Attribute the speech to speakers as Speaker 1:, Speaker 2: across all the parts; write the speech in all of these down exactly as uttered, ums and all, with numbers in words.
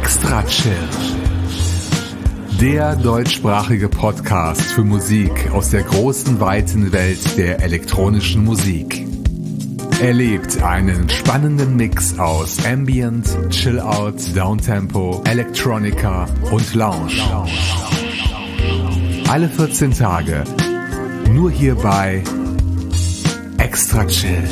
Speaker 1: Extra Chill. Der deutschsprachige Podcast für Musik aus der großen, weiten Welt der elektronischen Musik. Erlebt einen spannenden Mix aus Ambient, Chill-Out, Downtempo, Electronica und Lounge. Alle vierzehn Tage. Nur hier bei Extra Chill.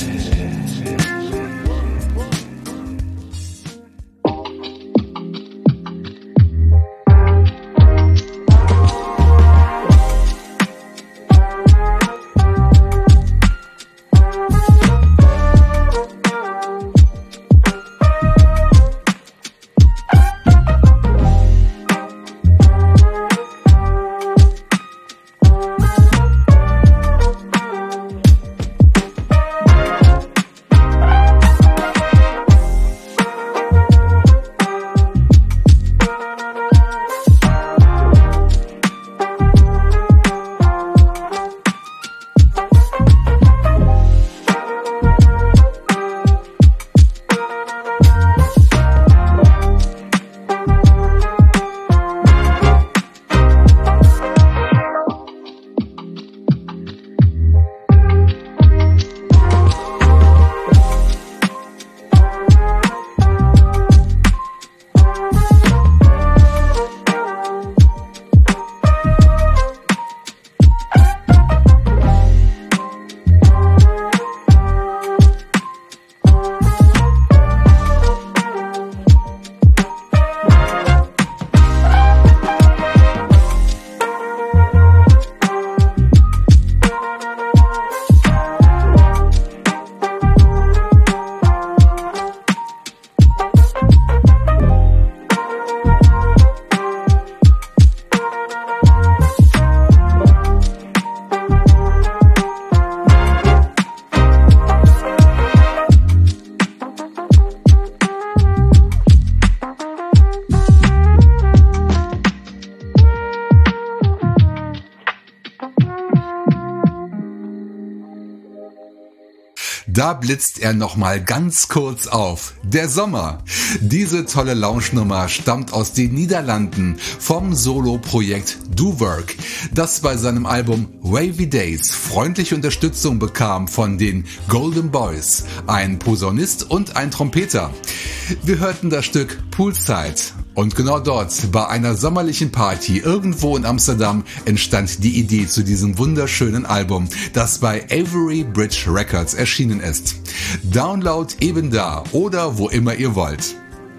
Speaker 1: Da blitzt er nochmal ganz kurz auf. Der Sommer. Diese tolle Lounge-Nummer stammt aus den Niederlanden vom Solo-Projekt Dowork, das bei seinem Album Wavy Days freundliche Unterstützung bekam von den Golden Boys, ein Posaunist und ein Trompeter. Wir hörten das Stück Poolside. Und genau dort, bei einer sommerlichen Party irgendwo in Amsterdam, entstand die Idee zu diesem wunderschönen Album, das bei Avery Bridge Records erschienen ist. Download eben da oder wo immer ihr wollt.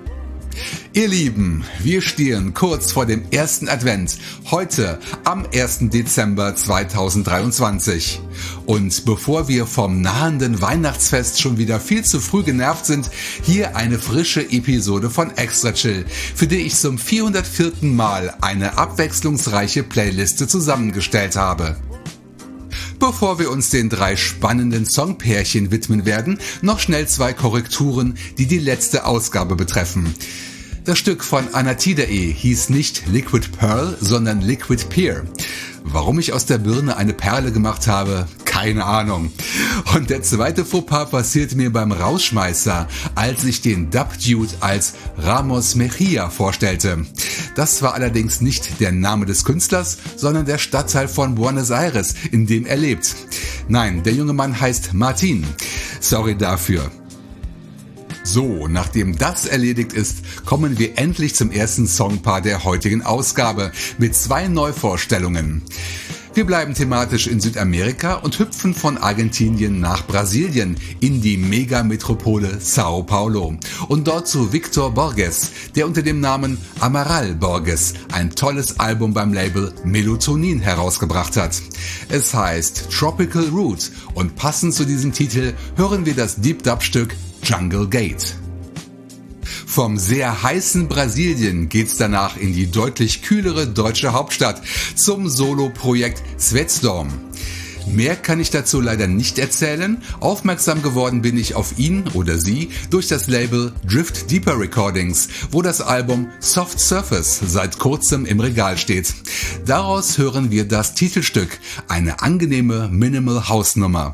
Speaker 1: Ihr Lieben, wir stehen kurz vor dem ersten Advent, heute am ersten Dezember zweitausenddreiundzwanzig. Und bevor wir vom nahenden Weihnachtsfest schon wieder viel zu früh genervt sind, hier eine frische Episode von Extra Chill, für die ich zum vierhundertvierten Mal eine abwechslungsreiche Playliste zusammengestellt habe. Bevor wir uns den drei spannenden Songpärchen widmen werden, noch schnell zwei Korrekturen, die die letzte Ausgabe betreffen. Das Stück von Anatidae hieß nicht Liquid Pearl, sondern Liquid Pear. Warum ich aus der Birne eine Perle gemacht habe, keine Ahnung. Und der zweite Fauxpas passierte mir beim Rausschmeißer, als ich den Dub-Dude als Ramos Mejia vorstellte. Das war allerdings nicht der Name des Künstlers, sondern der Stadtteil von Buenos Aires, in dem er lebt. Nein, der junge Mann heißt Martin. Sorry dafür. So, nachdem das erledigt ist, kommen wir endlich zum ersten Songpaar der heutigen Ausgabe mit zwei Neuvorstellungen. Wir bleiben thematisch in Südamerika und hüpfen von Argentinien nach Brasilien in die Megametropole Sao Paulo und dort zu Victor Borges, der unter dem Namen Amaral Borges ein tolles Album beim Label Melatonin herausgebracht hat. Es heißt Tropical Root und passend zu diesem Titel hören wir das Deep Dub Stück Jungle Gate. Vom sehr heißen Brasilien geht's danach in die deutlich kühlere deutsche Hauptstadt zum Solo-Projekt Sweatstorm. Mehr kann ich dazu leider nicht erzählen. Aufmerksam geworden bin ich auf ihn oder sie durch das Label Drift Deeper Recordings, wo das Album Soft Surface seit kurzem im Regal steht. Daraus hören wir das Titelstück, eine angenehme Minimal House Nummer.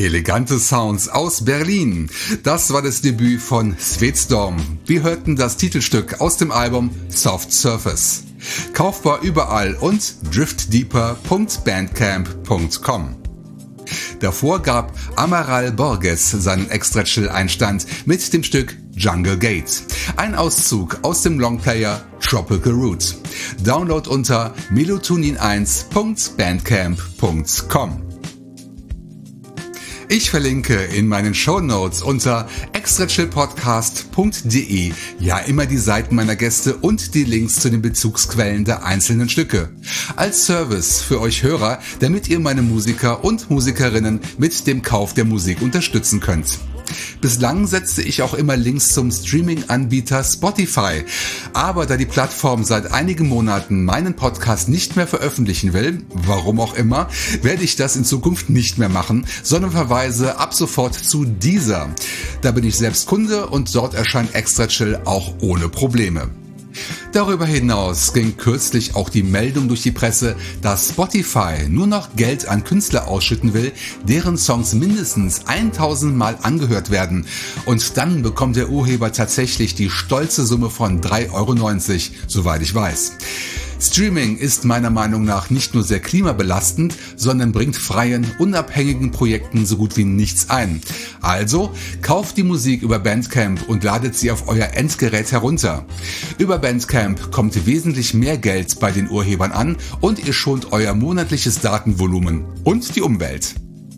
Speaker 1: Elegante Sounds aus Berlin. Das war das Debüt von Sweetstorm. Wir hörten das Titelstück aus dem Album Soft Surface. Kaufbar überall und driftdeeper punkt bandcamp punkt com. Davor gab Amaral Borges seinen Extra-Chill-Einstand mit dem Stück Jungle Gate. Ein Auszug aus dem Longplayer Tropical Root. Download unter melotonin eins punkt bandcamp punkt com. Ich verlinke in meinen Shownotes unter extrachillpodcast punkt de ja immer die Seiten meiner Gäste und die Links zu den Bezugsquellen der einzelnen Stücke. Als Service für euch Hörer, damit ihr meine Musiker und Musikerinnen mit dem Kauf der Musik unterstützen könnt. Bislang setzte ich auch immer Links zum Streaming-Anbieter Spotify. Aber da die Plattform seit einigen Monaten meinen Podcast nicht mehr veröffentlichen will, warum auch immer, werde ich das in Zukunft nicht mehr machen, sondern verweise ab sofort zu Deezer. Da bin ich selbst Kunde und dort erscheint Extra Chill auch ohne Probleme. Darüber hinaus ging kürzlich auch die Meldung durch die Presse, dass Spotify nur noch Geld an Künstler ausschütten will, deren Songs mindestens tausend Mal angehört werden. Und dann bekommt der Urheber tatsächlich die stolze Summe von drei Euro neunzig, soweit ich weiß. Streaming ist meiner Meinung nach nicht nur sehr klimabelastend, sondern bringt freien, unabhängigen Projekten so gut wie nichts ein. Also kauft die Musik über Bandcamp und ladet sie auf euer Endgerät herunter. Über Bandcamp kommt wesentlich mehr Geld bei den Urhebern an und ihr schont euer monatliches Datenvolumen und die Umwelt.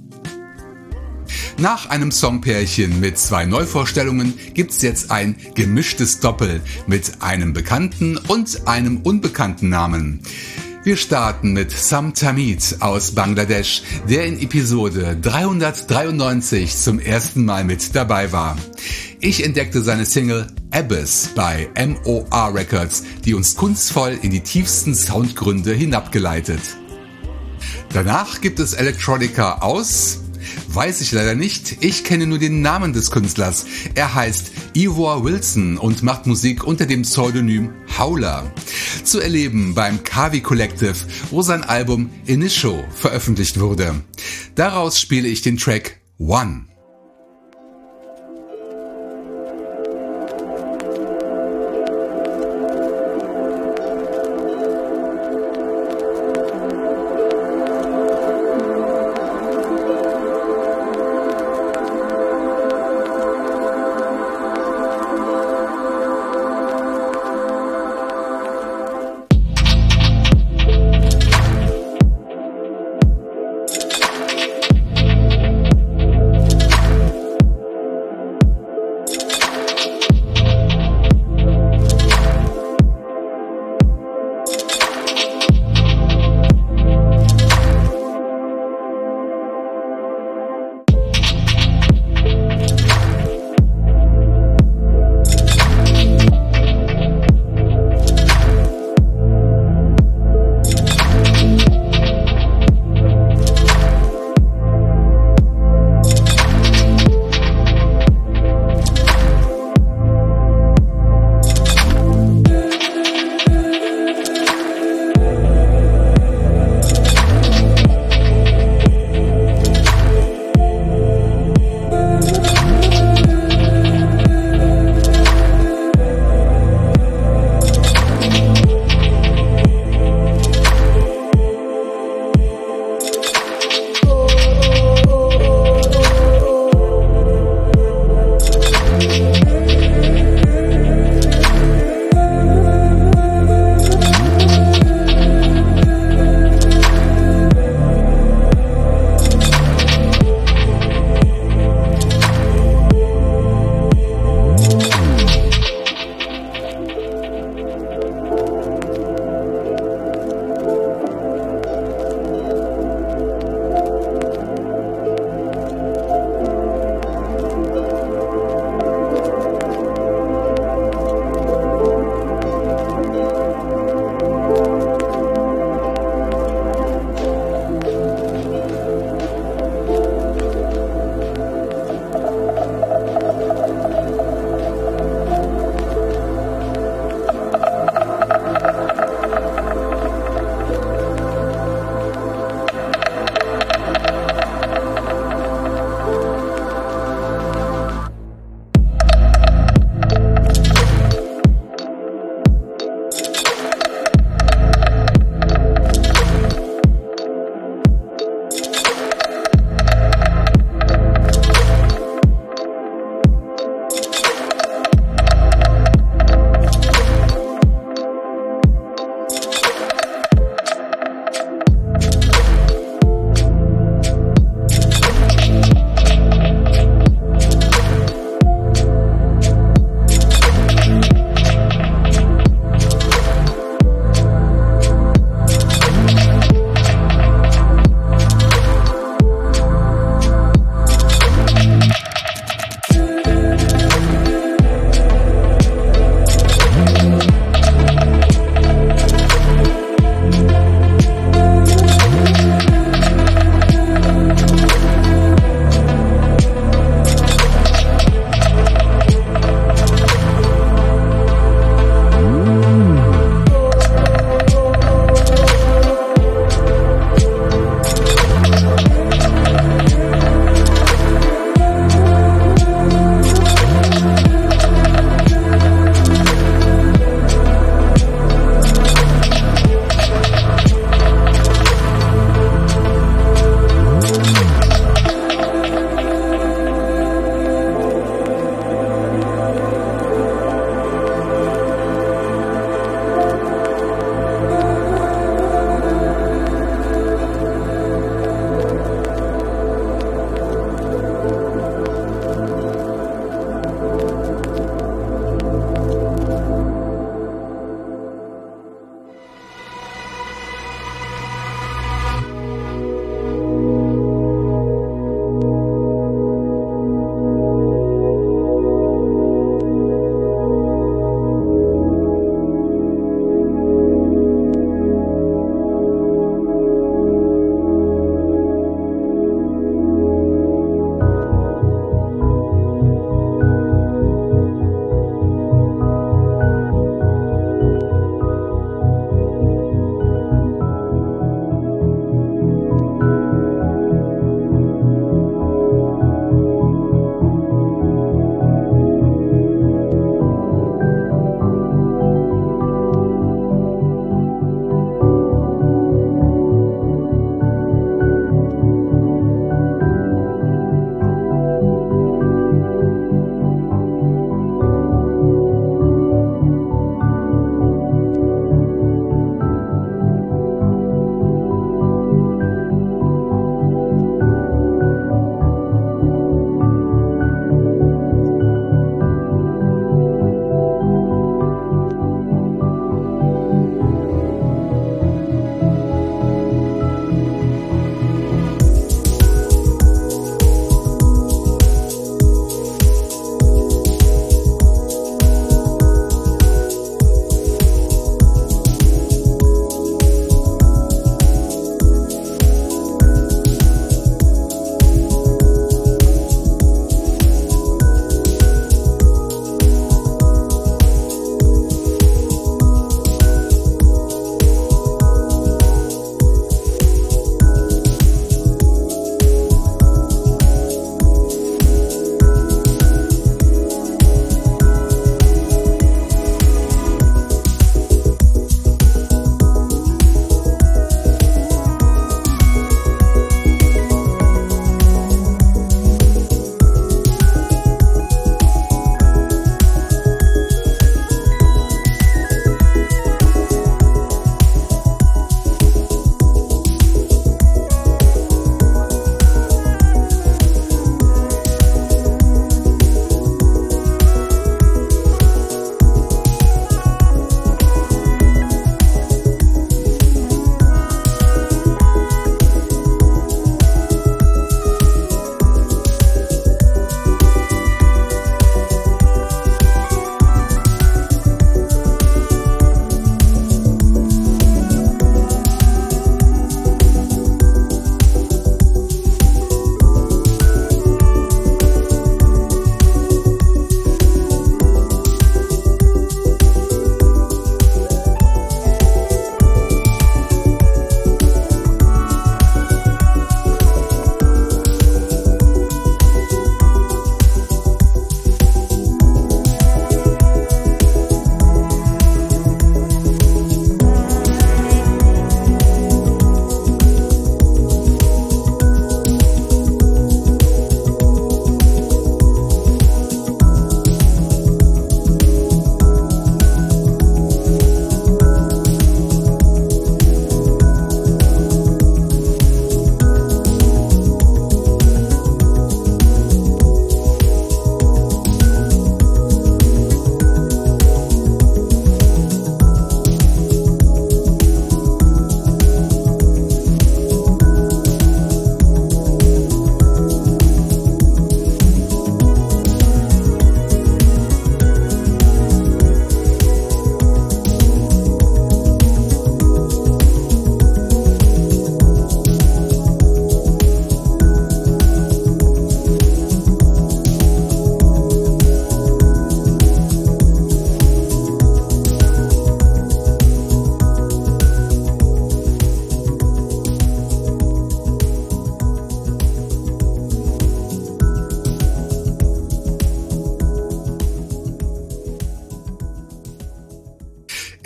Speaker 1: Nach einem Songpärchen mit zwei Neuvorstellungen gibt's jetzt ein gemischtes Doppel mit einem bekannten und einem unbekannten Namen. Wir starten mit Sam Tamid aus Bangladesch, der in Episode dreihundertdreiundneunzig zum ersten Mal mit dabei war. Ich entdeckte seine Single Abyss bei M O R Records, die uns kunstvoll in die tiefsten Soundgründe hinabgeleitet. Danach gibt es Electronica aus... Weiß ich leider nicht, ich kenne nur den Namen des Künstlers. Er heißt Ivor Wilson und macht Musik unter dem Pseudonym Howler. Zu erleben beim Kavi Collective, wo sein Album Initio veröffentlicht wurde. Daraus spiele ich den Track One.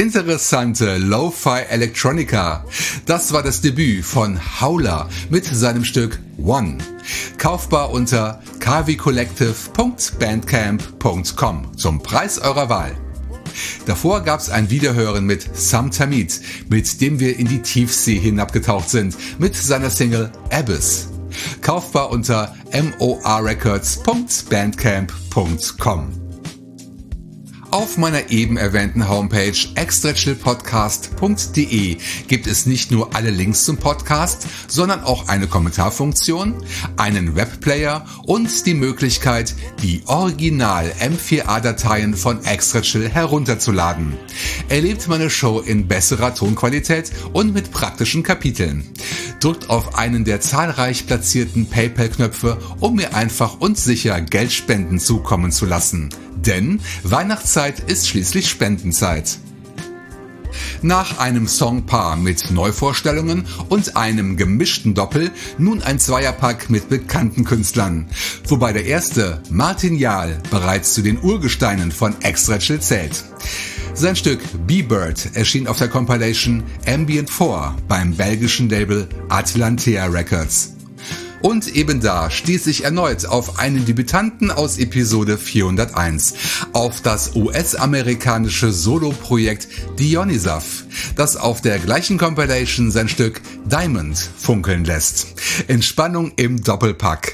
Speaker 1: interessante Lo-Fi Electronica. Das war das Debüt von Howler mit seinem Stück One. Kaufbar unter k w collective punkt bandcamp punkt com zum Preis eurer Wahl. Davor gab's ein Wiederhören mit Sam Tamid, mit dem wir in die Tiefsee hinabgetaucht sind, mit seiner Single Abyss. Kaufbar unter morrecords punkt bandcamp punkt com. Auf meiner eben erwähnten Homepage extra chill podcast punkt de gibt es nicht nur alle Links zum Podcast, sondern auch eine Kommentarfunktion, einen Webplayer und die Möglichkeit, die Original M vier A Dateien von Extra Chill herunterzuladen. Erlebt meine Show in besserer Tonqualität und mit praktischen Kapiteln. Drückt auf einen der zahlreich platzierten PayPal-Knöpfe, um mir einfach und sicher Geldspenden zukommen zu lassen. Denn Weihnachtszeit ist schließlich Spendenzeit. Nach einem Songpaar mit Neuvorstellungen und einem gemischten Doppel nun ein Zweierpack mit bekannten Künstlern. Wobei der erste, Martin Jahl, bereits zu den Urgesteinen von Extra Chill zählt. Sein Stück B-Bird erschien auf der Compilation Ambient vier beim belgischen Label Atlantea Records. Und eben da stieß ich erneut auf einen Debütanten aus Episode vierhunderteins, auf das U S-amerikanische Solo-Projekt Dionysav, das auf der gleichen Compilation sein Stück Diamond funkeln lässt. Entspannung im Doppelpack.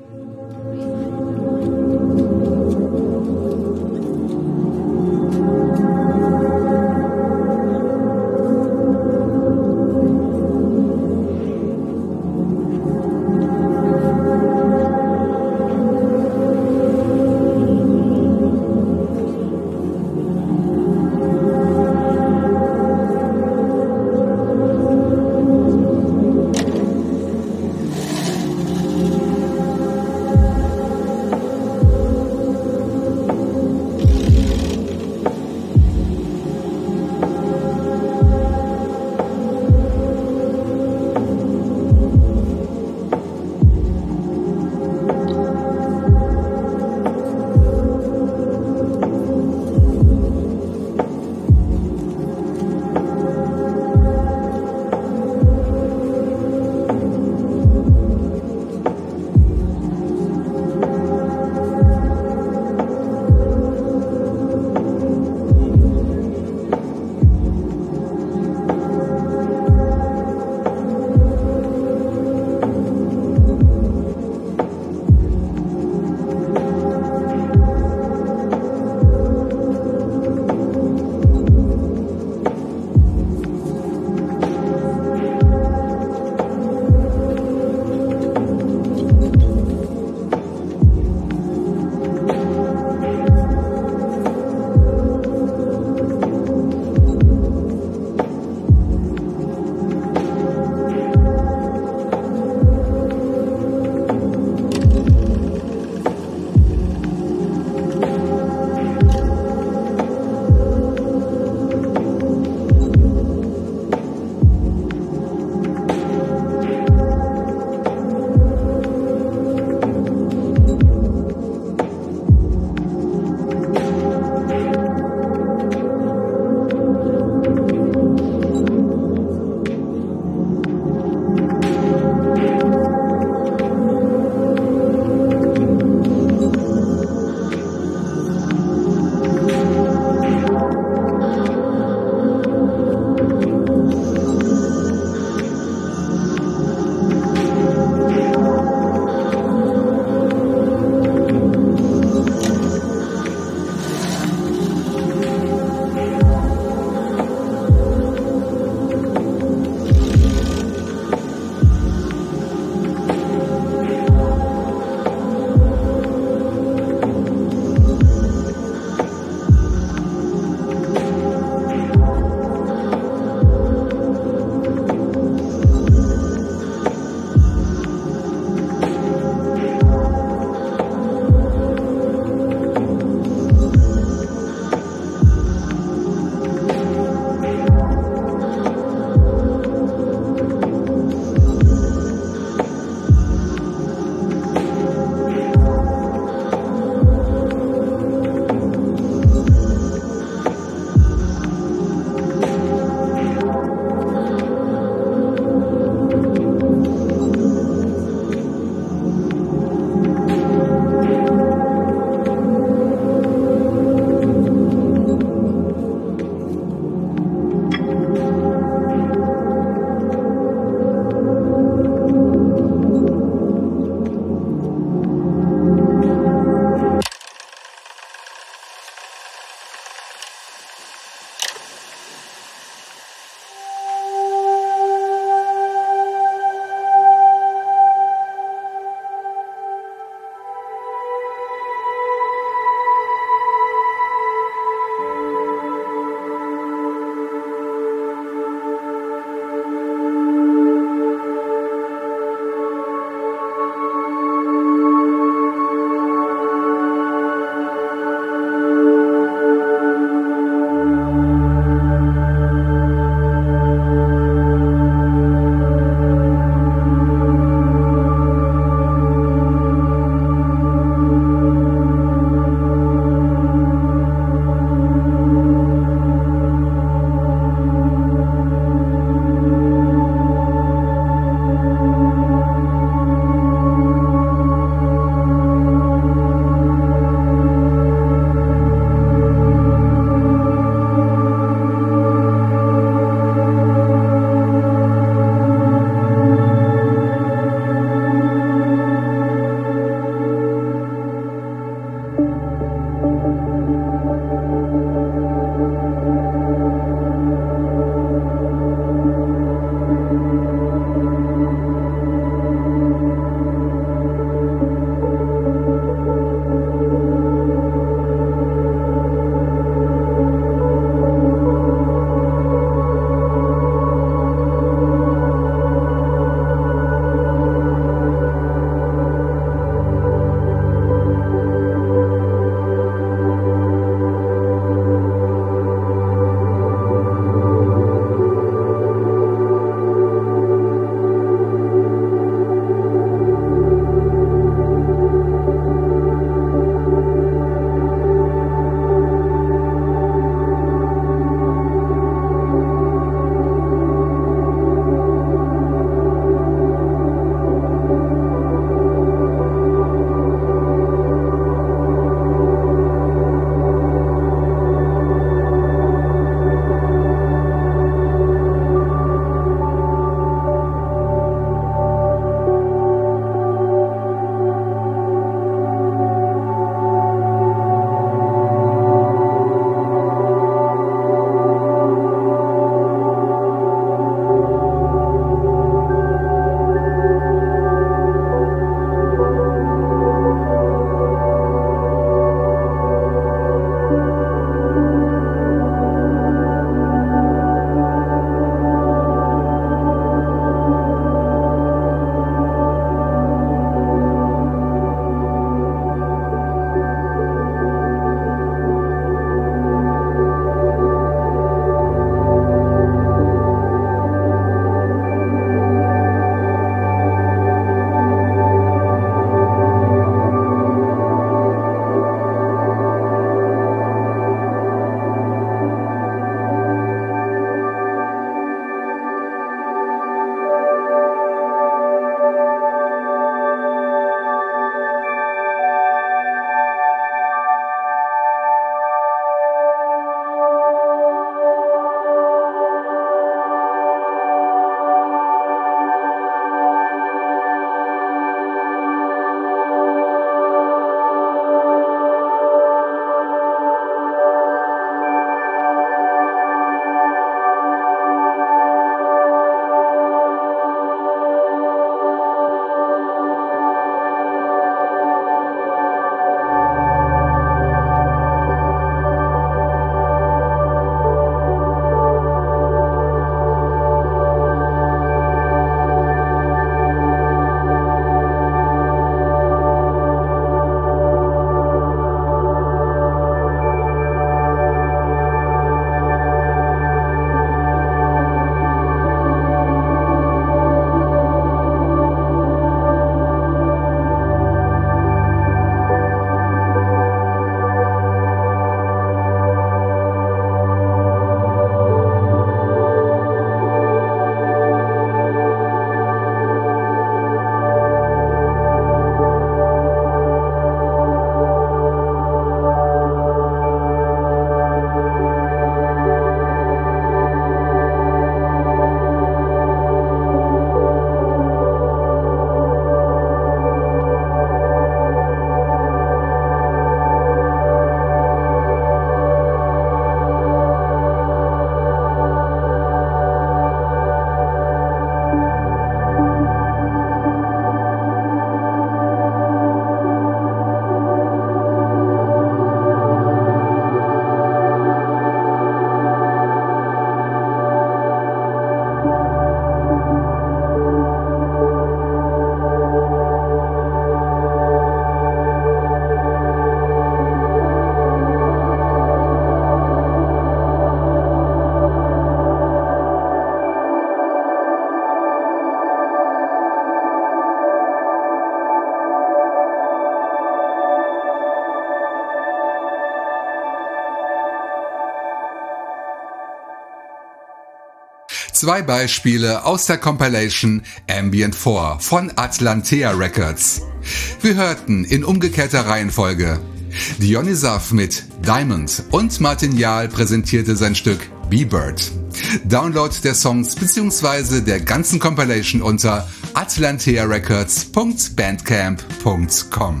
Speaker 1: Zwei Beispiele aus der Compilation Ambient vier von Atlantea Records. Wir hörten in umgekehrter Reihenfolge Dionysav mit Diamond und Martin Jahl präsentierte sein Stück B-Bird. Download der Songs bzw. der ganzen Compilation unter atlantea records punkt bandcamp punkt com.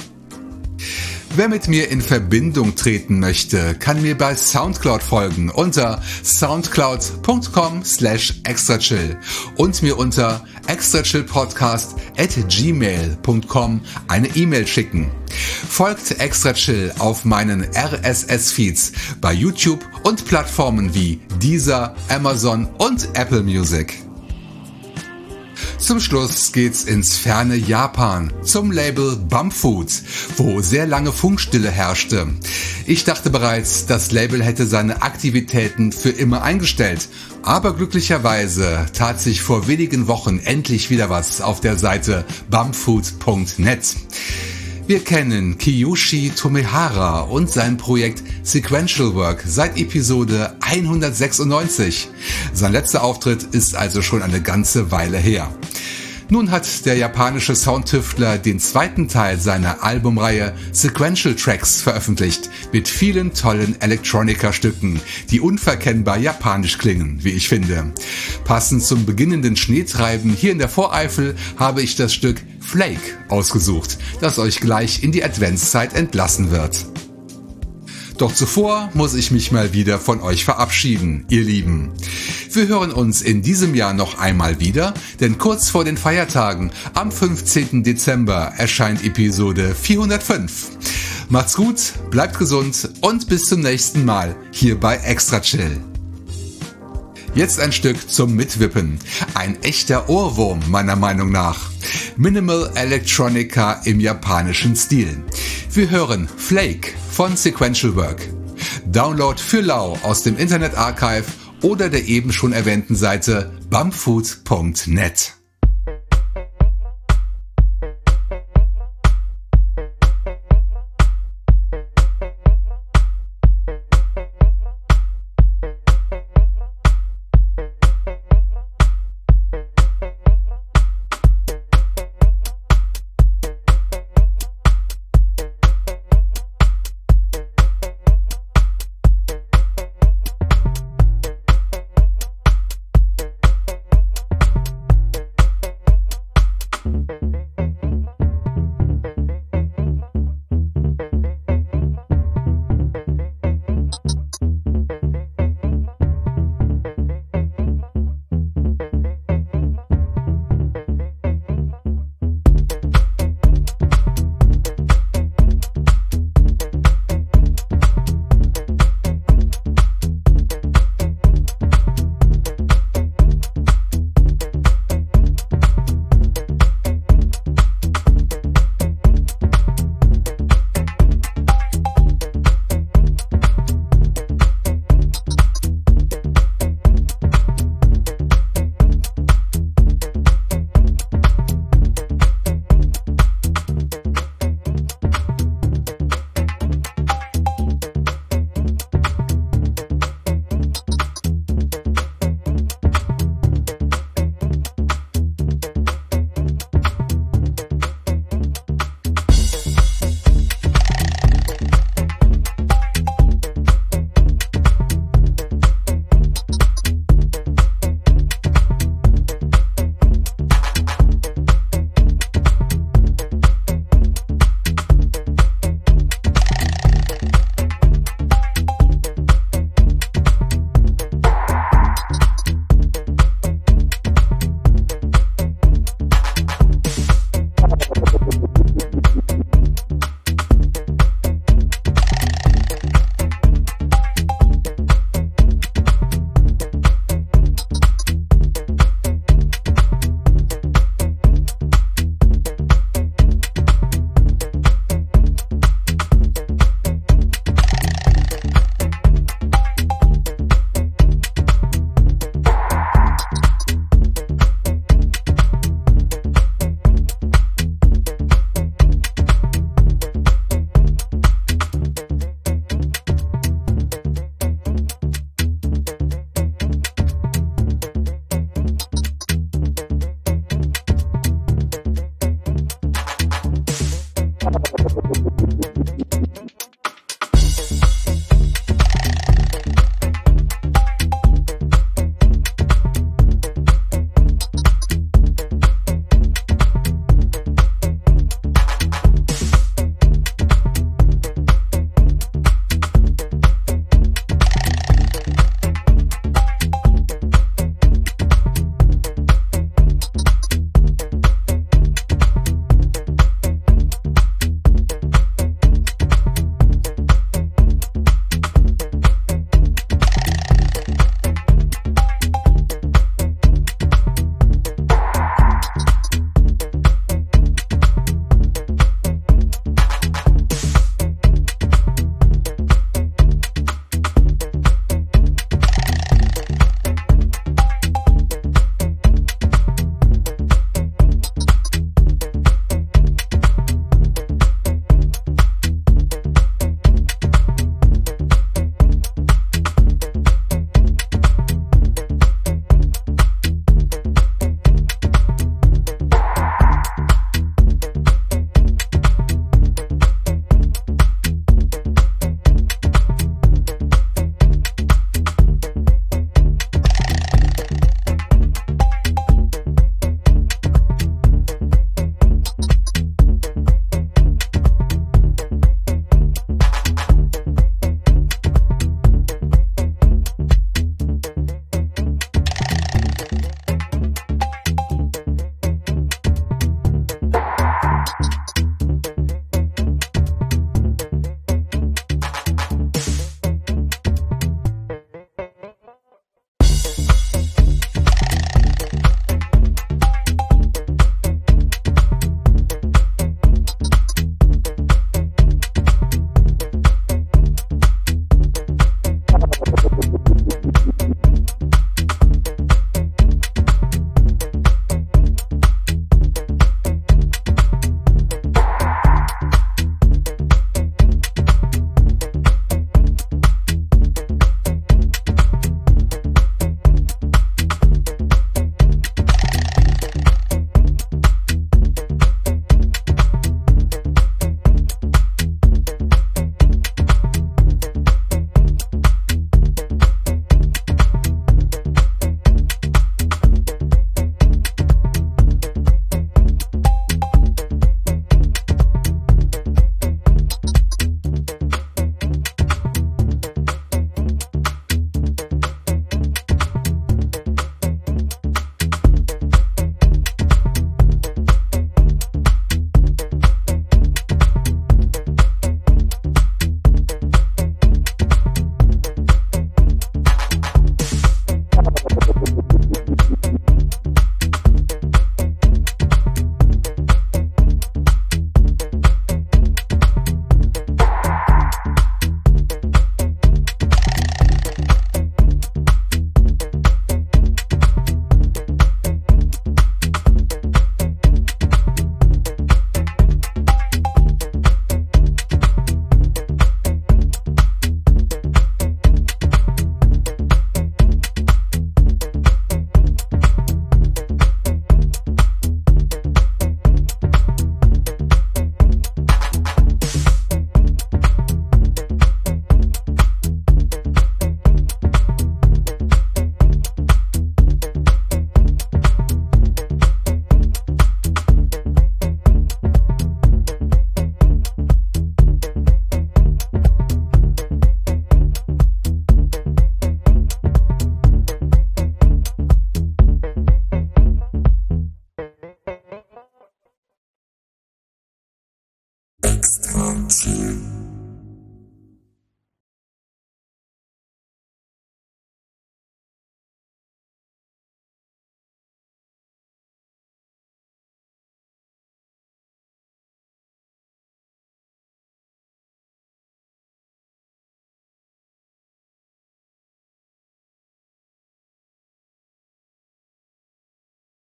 Speaker 1: Wer mit mir in Verbindung treten möchte, kann mir bei Soundcloud folgen unter soundcloud punkt com slash extrachill und mir unter extrachillpodcast at gmail punkt com eine E-Mail schicken. Folgt Extrachill auf meinen R S S-Feeds bei YouTube und Plattformen wie Deezer, Amazon und Apple Music. Zum Schluss geht's ins ferne Japan, zum Label Bumfood, wo sehr lange Funkstille herrschte. Ich dachte bereits, das Label hätte seine Aktivitäten für immer eingestellt, aber glücklicherweise tat sich vor wenigen Wochen endlich wieder was auf der Seite bumfood punkt net. Wir kennen Kiyoshi Tomehara und sein Projekt Sequential Work seit Episode hundertsechsundneunzig. Sein letzter Auftritt ist also schon eine ganze Weile her. Nun hat der japanische Soundtüftler den zweiten Teil seiner Albumreihe Sequential Tracks veröffentlicht, mit vielen tollen Electronica-Stücken, die unverkennbar japanisch klingen, wie ich finde. Passend zum beginnenden Schneetreiben hier in der Voreifel habe ich das Stück Flake ausgesucht, das euch gleich in die Adventszeit entlassen wird. Doch zuvor muss ich mich mal wieder von euch verabschieden, ihr Lieben. Wir hören uns in diesem Jahr noch einmal wieder, denn kurz vor den Feiertagen, am fünfzehnten Dezember, erscheint Episode vierhundertfünf. Macht's gut, bleibt gesund und bis zum nächsten Mal hier bei Extrachill. Jetzt ein Stück zum Mitwippen. Ein echter Ohrwurm meiner Meinung nach. Minimal Electronica im japanischen Stil. Wir hören Flake von Sequential Work. Download für lau aus dem Internet Archive oder der eben schon erwähnten Seite bumfood punkt net.
Speaker 2: Thank you.